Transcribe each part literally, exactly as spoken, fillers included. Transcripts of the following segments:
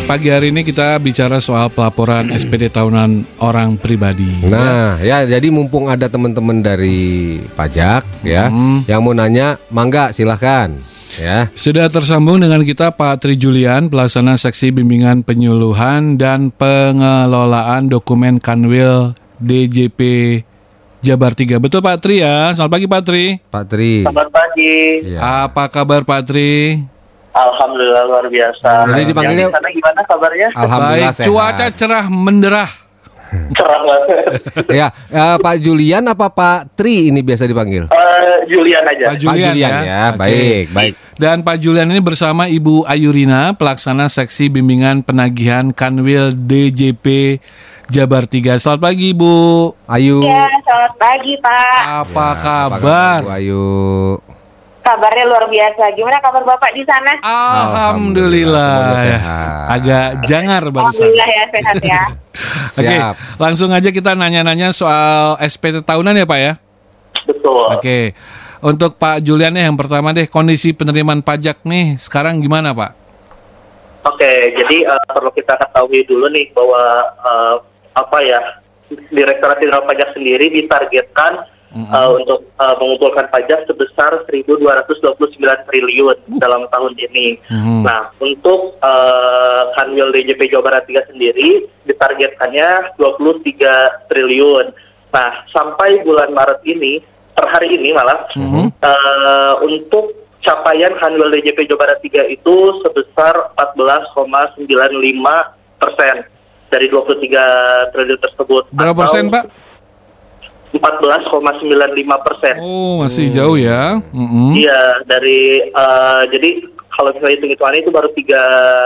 pagi hari ini kita bicara soal pelaporan S P T tahunan orang pribadi. Nah, ya, ya jadi mumpung ada teman-teman dari pajak ya, hmm. yang mau nanya, mangga silahkan. Ya. Sudah tersambung dengan kita Pak Tri Julian, pelaksana seksi bimbingan penyuluhan dan pengelolaan dokumen Kanwil D J P Jabar tiga. Betul Pak Tri ya? Selamat pagi Pak Tri. Pak Tri. Selamat pagi. Ya. Apa kabar Pak Tri? Alhamdulillah luar biasa. Jadi dipanggilnya yang di sana gimana kabarnya? Alhamdulillah baik, sehat. Cuaca cerah menderah. Cerah banget. Ya, uh, Pak Julian apa Pak Tri ini biasa dipanggil? Uh, Julian aja. Pak Julian, Pak Julian ya, ya. Okay. Baik, baik. Dan Pak Julian ini bersama Ibu Ayurina, pelaksana seksi bimbingan penagihan Kanwil D J P Jabar tiga. Selamat pagi Bu Ayu. Ya, selamat pagi Pak. Apa Ya, kabar? Bu Ayu. Kabarnya luar biasa. Gimana kabar Bapak di sana? Alhamdulillah. Alhamdulillah sehat. Agak jangar barusan. Alhamdulillah ya, sehat ya. Oke, okay, langsung aja kita nanya-nanya soal S P T tahunan ya Pak ya? Betul. Oke, okay. Untuk Pak Julian yang pertama deh, kondisi penerimaan pajak nih sekarang gimana Pak? Oke, okay, jadi uh, perlu kita ketahui dulu nih bahwa uh, apa ya, Direktorat Jenderal Pajak sendiri ditargetkan Mm-hmm. Uh, untuk uh, mengumpulkan pajak sebesar seribu dua ratus dua puluh sembilan triliun uh. dalam tahun ini. Mm-hmm. Nah, untuk uh, Kanwil D J P Jawa Barat tiga sendiri ditargetkannya dua puluh tiga triliun. Nah, sampai bulan Maret ini, per hari ini malah, mm-hmm. uh, untuk capaian Kanwil D J P Jawa Barat tiga itu sebesar empat belas koma sembilan lima persen dari dua puluh tiga triliun tersebut. Berapa persen Pak? empat belas koma sembilan lima persen. Oh, masih hmm. jauh ya. Mm-hmm. Iya, dari uh, jadi kalau misalnya hitung-hitungannya itu baru tiga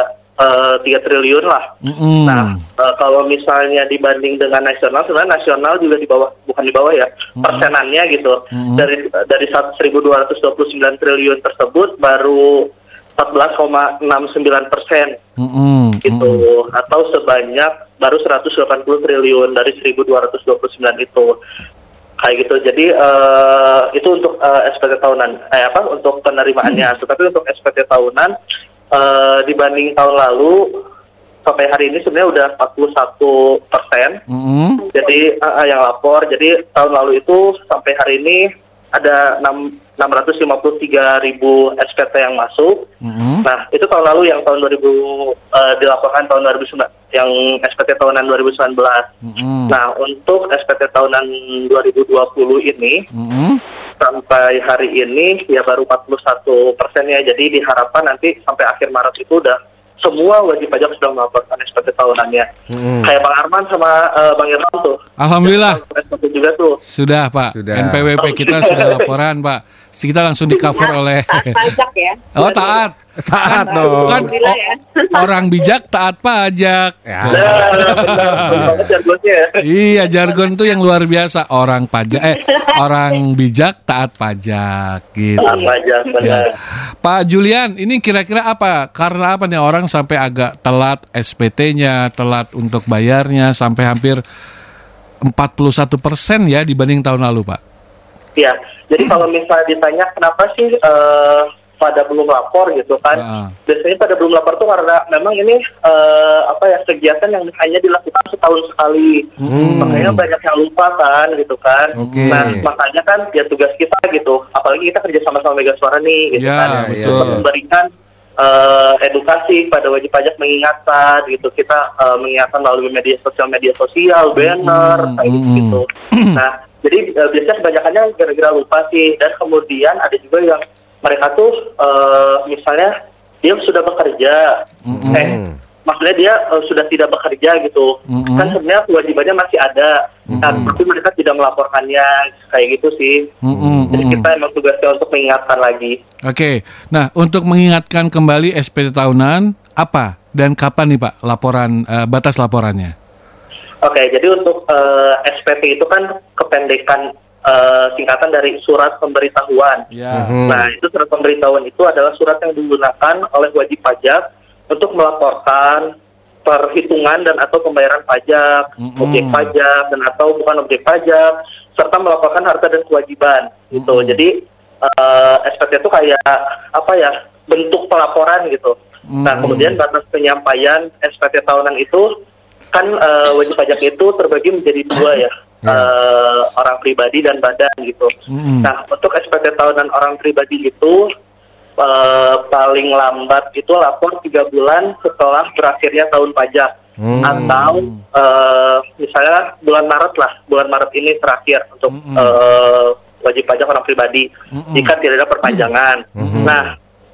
triliun lah. Mm-hmm. Nah, uh, kalau misalnya dibanding dengan nasional, sebenarnya nasional juga di bawah, bukan di bawah ya, mm-hmm. persenannya gitu. Mm-hmm. Dari dari seribu dua ratus dua puluh sembilan triliun tersebut baru empat belas koma enam sembilan persen. Mm-hmm. Gitu, mm-hmm. atau sebanyak baru seratus delapan puluh triliun dari seribu dua ratus dua puluh sembilan itu. Kayak gitu, jadi uh, itu untuk uh, S P T tahunan, eh apa untuk penerimaannya. Hmm. Tetapi untuk S P T tahunan uh, dibanding tahun lalu sampai hari ini sebenarnya udah empat puluh satu persen. Hmm. Jadi uh, yang lapor. Jadi tahun lalu itu sampai hari ini ada enam ratus lima puluh tiga ribu S P T yang masuk. Mm-hmm. Nah, itu tahun lalu yang tahun dua ribu uh, dilaporkan tahun dua ribu sembilan yang S P T tahunan dua ribu sembilan belas. Mm-hmm. Nah, untuk S P T tahunan dua ribu dua puluh ini mm-hmm. sampai hari ini ya baru empat puluh satu persen ya. Jadi diharapkan nanti sampai akhir Maret itu udah semua wajib pajak sudah melaporkan S P T tahunannya. Hmm. Kayak Bang Arman sama uh, Bang Irfan tuh. Alhamdulillah. S P T juga tuh. Sudah Pak. Sudah. N P W P kita sudah laporan Pak. Kita langsung di cover oleh. Taat pajak ya. Oh taat. Taat kan, dong. Kan ya. Orang bijak taat pajak. Ya. Nah, jargonnya. Iya, jargon tuh yang luar biasa. Orang pajak eh orang bijak taat pajak gitu. Taat pajak benar. Ya. Pak Julian, ini kira-kira apa? Karena apa nih orang sampai agak telat S P T-nya, telat untuk bayarnya sampai hampir empat puluh satu persen ya dibanding tahun lalu, Pak? Ya, jadi kalau misalnya ditanya kenapa sih uh, pada belum lapor gitu kan, uh. biasanya pada belum lapor tuh karena memang ini uh, apa ya kegiatan yang hanya dilakukan setahun sekali, hmm. makanya banyak yang lupa kan gitu kan. Okay. Nah makanya kan ya tugas kita gitu, apalagi kita kerja sama sama Mega Suara nih gitu yeah, kan, betul. untuk memberikan uh, edukasi pada wajib pajak, mengingatkan gitu, kita uh, mengingatkan melalui media sosial media sosial, banner hmm. kayak hmm. gitu. Nah jadi uh, biasanya kebanyakannya gara-gara lupa sih, dan kemudian ada juga yang mereka tuh uh, misalnya dia sudah bekerja, mm-hmm. eh maksudnya dia uh, sudah tidak bekerja gitu, mm-hmm. kan sebenarnya kewajibannya masih ada, mm-hmm. nah, tapi mereka tidak melaporkannya kayak gitu sih. Mm-hmm. Jadi kita emang tugasnya untuk mengingatkan lagi. Oke, okay. Nah untuk mengingatkan kembali S P T tahunan apa dan kapan nih Pak laporan uh, batas laporannya? Oke, okay, jadi untuk uh, S P T itu kan kependekan uh, singkatan dari surat pemberitahuan. Yeah. Mm-hmm. Nah, itu surat pemberitahuan itu adalah surat yang digunakan oleh wajib pajak untuk melaporkan perhitungan dan atau pembayaran pajak, mm-hmm. objek pajak dan atau bukan objek pajak, serta melaporkan harta dan kewajiban. Mm-hmm. Gitu. Jadi uh, S P T itu kayak apa ya? Bentuk pelaporan gitu. Mm. Nah, kemudian batas penyampaian S P T tahunan itu kan uh, wajib pajak itu terbagi menjadi dua ya, yeah. uh, orang pribadi dan badan gitu. Mm. Nah, untuk S P T tahunan orang pribadi itu uh, paling lambat itu lapor tiga bulan setelah berakhirnya tahun pajak. Hmm. Atau uh, misalnya bulan Maret lah, bulan Maret ini terakhir untuk hmm. uh, wajib pajak orang pribadi hmm. jika tidak ada perpanjangan. Hmm. Nah,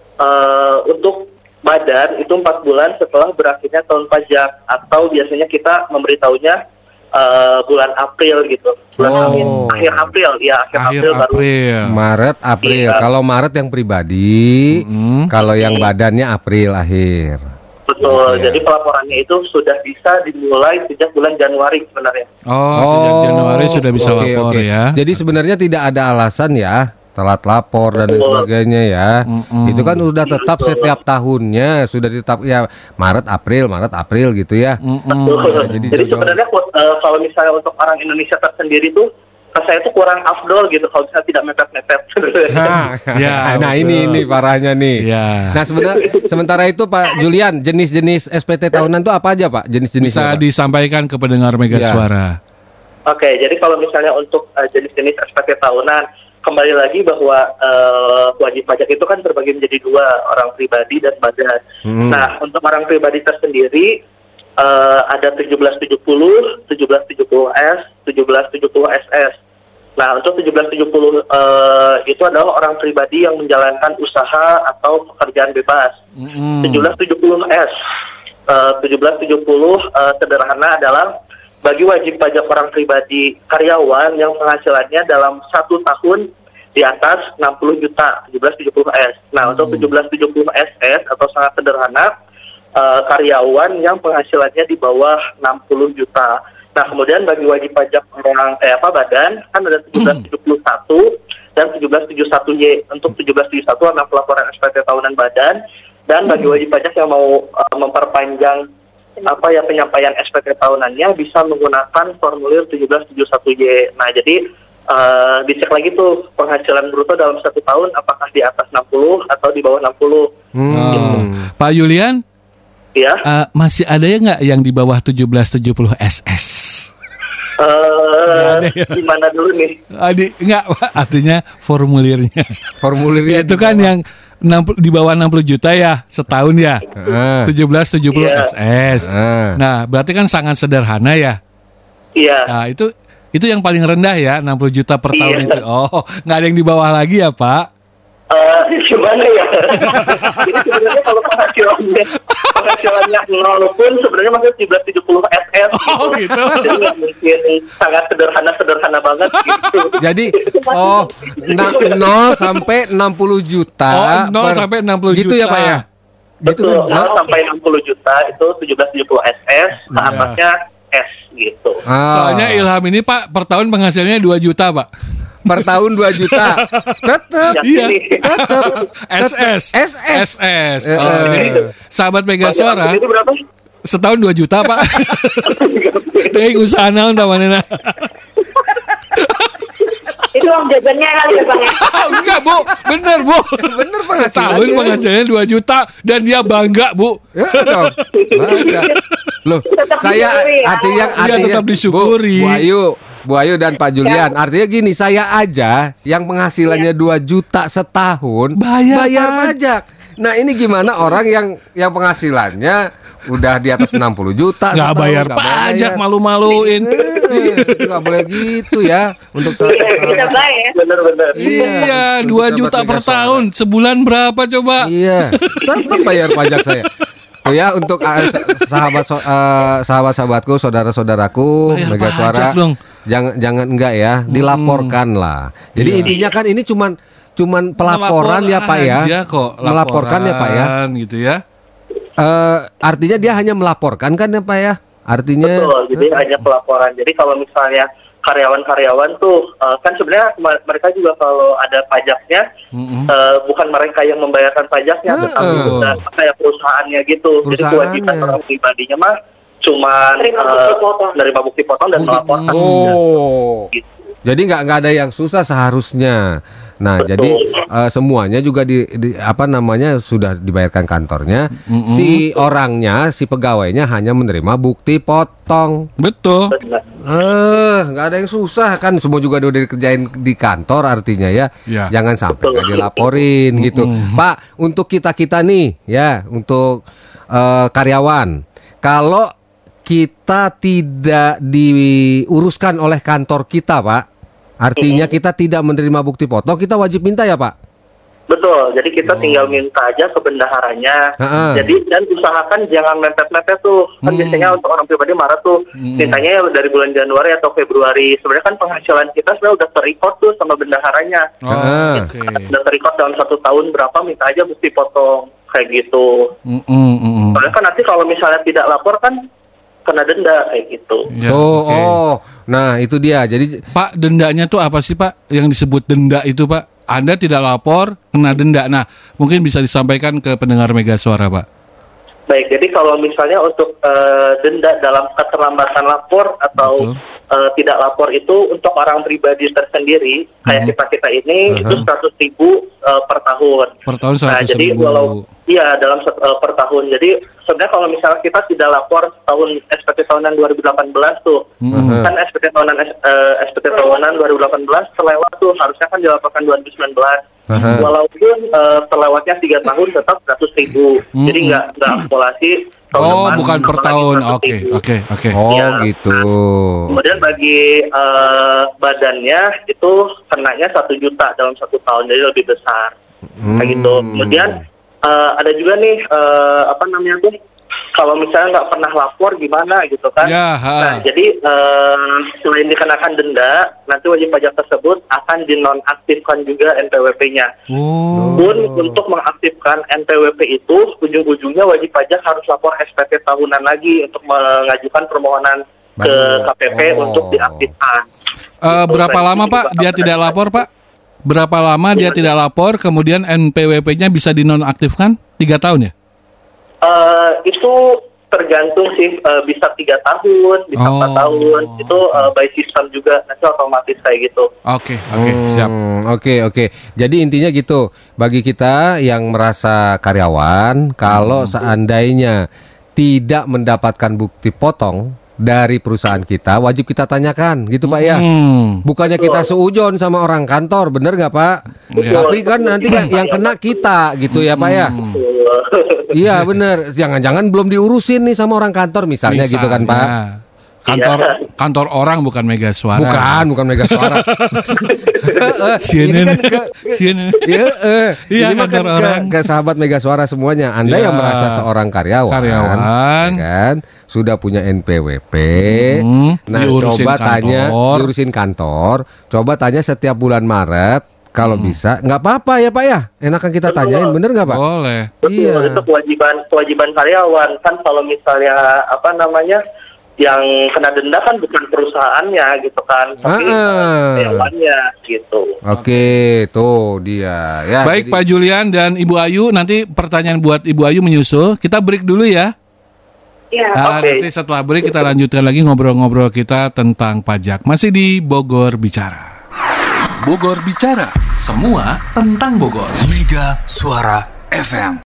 uh, untuk badan itu empat bulan setelah berakhirnya tahun pajak, atau biasanya kita memberitahunya uh, bulan April gitu, bulan oh. April, akhir April ya, akhir, akhir April, April baru. Maret, April. Iya. Kalau Maret yang pribadi, hmm. kalau yang badannya April akhir. Betul, ya. Jadi pelaporannya itu sudah bisa dimulai sejak bulan Januari sebenarnya. Oh, oh sejak Januari sudah bisa okay, lapor okay. ya. Jadi sebenarnya tidak ada alasan ya telat lapor Betul. dan lain sebagainya ya. Mm-mm. Itu kan sudah tetap Betul. setiap tahunnya, sudah tetap ya Maret, April, Maret, April gitu ya. Betul. Nah, jadi jadi sebenarnya uh, kalau misalnya untuk orang Indonesia tersendiri tuh saya itu kurang afdol gitu kalau misalnya tidak mepet-mepet. Nah, ya, nah ini ini parahnya nih. Ya. Nah sebenarnya sementara itu Pak Julian, jenis-jenis S P T tahunan itu apa aja Pak? Jenis-jenis bisa apa? Disampaikan ke pendengar Mega ya. Suara. Oke, jadi kalau misalnya untuk uh, jenis-jenis S P T tahunan, kembali lagi bahwa uh, wajib pajak itu kan terbagi menjadi dua, orang pribadi dan badan. Hmm. Nah untuk orang pribadi tersendiri uh, ada tujuh belas tujuh puluh, tujuh belas tujuh puluh S, tujuh belas tujuh puluh S S. Nah, untuk tujuh belas tujuh puluh uh, itu adalah orang pribadi yang menjalankan usaha atau pekerjaan bebas. Mm. tujuh belas tujuh puluh S, uh, tujuh belas tujuh puluh uh, sederhana adalah bagi wajib pajak orang pribadi karyawan yang penghasilannya dalam satu tahun di atas enam puluh juta, tujuh belas tujuh puluh S. Nah, mm. untuk tujuh belas tujuh puluh S S atau sangat sederhana, uh, karyawan yang penghasilannya di bawah enam puluh juta. Nah, kemudian bagi wajib pajak orang eh apa badan kan ada tujuh belas tujuh puluh satu dan tujuh belas tujuh puluh satu Y. Untuk tujuh belas tujuh puluh satu adalah pelaporan S P T tahunan badan, dan bagi wajib pajak yang mau uh, memperpanjang apa ya penyampaian S P T tahunannya bisa menggunakan formulir tujuh belas tujuh puluh satu Y. Nah, jadi uh, dicek lagi tuh penghasilan bruto dalam satu tahun apakah di atas enam puluh atau di bawah enam puluh. Hmm. Gitu. Pak Julian? Ya. Uh, masih ada ya nggak yang di bawah tujuh belas tujuh puluh S S? Uh, ya. Gimana dulu nih? Adi, enggak, Pak. Artinya formulirnya. Formulirnya itu kan yang enam puluh, di bawah enam puluh juta ya setahun ya. Uh. tujuh belas tujuh puluh yeah. S S. Uh. Nah, berarti kan sangat sederhana ya. Iya. Nah, itu itu yang paling rendah ya, enam puluh juta per tahun yeah. itu. Oh, nggak ada yang di bawah lagi ya, Pak? Uh, gimana ya? Ini sebenarnya kalau penghasilannya penghasilannya nol pun sebenarnya masih tujuh belas tujuh puluh S S gitu. Oh gitu. Jadi nggak mungkin sangat sederhana-sederhana banget gitu. Jadi oh nol sampai enam puluh juta. Oh, nol sampai enam puluh gitu juta. Ya Pak ya? Betul, gitu kan? nol sampai enam puluh juta itu tujuh belas tujuh puluh S S, ke atasnya S gitu. Ah. Soalnya Ilham ini Pak per tahun penghasilannya dua juta Pak. Per tahun dua juta. Tetap. Iya. Tetap. S S. S S. S S. Oh, uh, jadi sahabat Mega Suara. Itu berapa? Setahun dua juta Pak. Teh usaha naon tamanena. Itu uang jajannya kali ya Bang ya? Enggak Bu, bener Bu. Bener penghasilannya. Setahun penghasilannya dua juta dan dia bangga Bu. Ya dong. Bangga. Loh, tetap saya disyukuri, ya. artinya artinya ya, tetap disyukuri. Bu, Bu Ayu, Bu Ayu dan Pak Julian, ya. Artinya gini, saya aja yang penghasilannya ya. dua juta setahun bayar, bayar pajak. Nah, ini gimana orang yang yang penghasilannya udah di atas enam puluh juta nggak bayar gak pajak, bayar. Malu-maluin. Eh, nggak boleh gitu ya untuk kita bayar. Benar-benar. Iya, dua juta per tahun, sebulan berapa coba? Iya, tetap bayar pajak saya. Tuh ya untuk uh, sahabat uh, sahabat-sahabatku, saudara-saudaraku Mega Suara, jangan jangan enggak ya, dilaporkan hmm. lah. Jadi iya. intinya kan ini cuman cuman pelaporan Melapor ya Pak ya. Kok, melaporkan ya Pak ya. Gitu ya. Uh, artinya dia hanya melaporkan kan ya Pak ya? Artinya betul, jadi uh, hanya pelaporan. Jadi kalau misalnya karyawan-karyawan tuh uh, kan sebenarnya mereka juga kalau ada pajaknya mm-hmm. uh, bukan mereka yang membayarkan pajaknya, uh, tetapi uh. kayak perusahaannya gitu. Perusahaan jadi kewajiban orang pribadinya mah cuma menerima uh, bukti potong dan melaporkan. Oh. Gitu. Jadi nggak nggak ada yang susah seharusnya. Nah, Betul. jadi uh, semuanya juga di, di apa namanya sudah dibayarkan kantornya. Mm-mm. Si orangnya, si pegawainya hanya menerima bukti potong. Betul. Eh, nggak ada yang susah kan, semua juga udah dikerjain di kantor artinya ya. Ya. Jangan sampai nggak dilaporin gitu. Mm-mm. Pak, untuk kita-kita nih ya, untuk uh, karyawan, kalau kita tidak diuruskan oleh kantor kita, Pak, artinya kita tidak menerima bukti potong, kita wajib minta ya, Pak? Betul, jadi kita Oh. tinggal minta aja ke bendaharanya. Ha-ha. Jadi dan usahakan jangan mepet-mepet tuh. Kan Hmm. biasanya untuk orang pribadi marah tuh. Hmm. Mintanya dari bulan Januari atau Februari. Sebenarnya kan penghasilan kita sebenarnya udah ter-record tuh sama bendaharanya. Oh, Ah. oke. Udah ter-record dalam satu tahun berapa, minta aja bukti potong kayak gitu. Mm-mm, mm-mm. Soalnya kan nanti kalau misalnya tidak lapor kan kena denda kayak gitu. Ya, oh, oke. oh, nah itu dia. Jadi Pak, dendanya tuh apa sih, Pak? Yang disebut denda itu, Pak? Anda tidak lapor, kena denda. Nah, mungkin bisa disampaikan ke pendengar Mega Suara, Pak. Baik, jadi kalau misalnya untuk eh, denda dalam keterlambatan lapor atau Betul. eh, tidak lapor itu untuk orang pribadi tersendiri, kayak Mhm. kita-kita ini Mhm. itu seratus ribu eh, per tahun. Per tahun Nah, seratus jadi ribu. walau iya dalam set- eh, per tahun. Jadi sebenarnya kalau misalnya kita tidak lapor tahun S P T tahunan dua ribu delapan belas tuh, Mm-mm. kan S P T tahunan eh, S P T tahunan dua ribu delapan belas terlewat tuh, harusnya kan dilaporkan dua ribu sembilan belas. Aha. Walaupun eh, terlewatnya tiga tahun tetap seratus ribu. Mm-mm. Jadi nggak nggak akumulasi. tahun Oh, depan bukan per tambah lagi tahun. seratus Oke, ribu. oke, oke. oh Iya. gitu. Kemudian bagi eh, badannya itu kenanya satu juta dalam satu tahun, jadi lebih besar. Hmm. Kayak gitu. Kemudian eh, ada juga nih eh, apa namanya tuh, kalau misalnya nggak pernah lapor gimana gitu kan? Ya, ha. Nah, jadi eh, selain dikenakan denda, nanti wajib pajak tersebut akan dinonaktifkan juga N P W P-nya. Oh. Pun untuk mengaktifkan N P W P itu, ujung-ujungnya wajib pajak harus lapor S P T tahunan lagi untuk mengajukan permohonan ke K P P Oh. untuk diaktifkan. Eh, Itu berapa saya lama, juga Pak, dia sampai tidak dengan- lapor, Pak? Berapa lama dia Gimana? tidak lapor, kemudian N P W P-nya bisa dinonaktifkan? Tiga tahun ya? Eh, itu tergantung sih, eh, bisa tiga tahun, bisa empat Oh. tahun, itu eh, by system juga, nanti otomatis kayak gitu. Oke, oke, Hmm, siap. Oke, oke. Jadi intinya gitu. Bagi kita yang merasa karyawan, kalau Hmm. seandainya tidak mendapatkan bukti potong dari perusahaan kita, wajib kita tanyakan, gitu Pak ya. Hmm. Bukannya kita seujon sama orang kantor, bener nggak Pak? Iya. Tapi kan nanti kan yang kena kita, gitu ya Pak ya. Hmm. Iya bener. Jangan-jangan belum diurusin nih sama orang kantor, misalnya, gitu kan Pak. Misalnya. Kantor Iya. kantor orang bukan Mega Suara. Bukan, bukan Mega Suara. Eh, C N N. Ini kan ke, C N N. Iya, eh, Iya, ini mah kan kantor ke, orang. ke sahabat Mega Suara semuanya. Anda Ya. yang merasa seorang karyawan, Karyawan. ya kan, sudah punya N P W P. Hmm, Nah, diurusin coba tanya, kantor. diurusin kantor. Coba tanya setiap bulan Maret, kalau Hmm. bisa, nggak apa-apa ya Pak ya. Enakan kita Betul. tanyain, bener nggak Pak? Boleh. Betul, Iya. itu kewajiban kewajiban karyawan kan. Kalau misalnya apa namanya, yang kena denda kan bukan perusahaannya gitu kan, tapi Ah. karyawannya gitu. Oke, tuh dia. Ya, Baik jadi- Pak Julian dan Ibu Ayu, nanti pertanyaan buat Ibu Ayu menyusul. Kita break dulu ya. Iya. Nah, Oke. nanti setelah break kita lanjutkan lagi ngobrol-ngobrol kita tentang pajak. Masih di Bogor Bicara. Bogor Bicara, semua tentang Bogor. Mega Suara F M.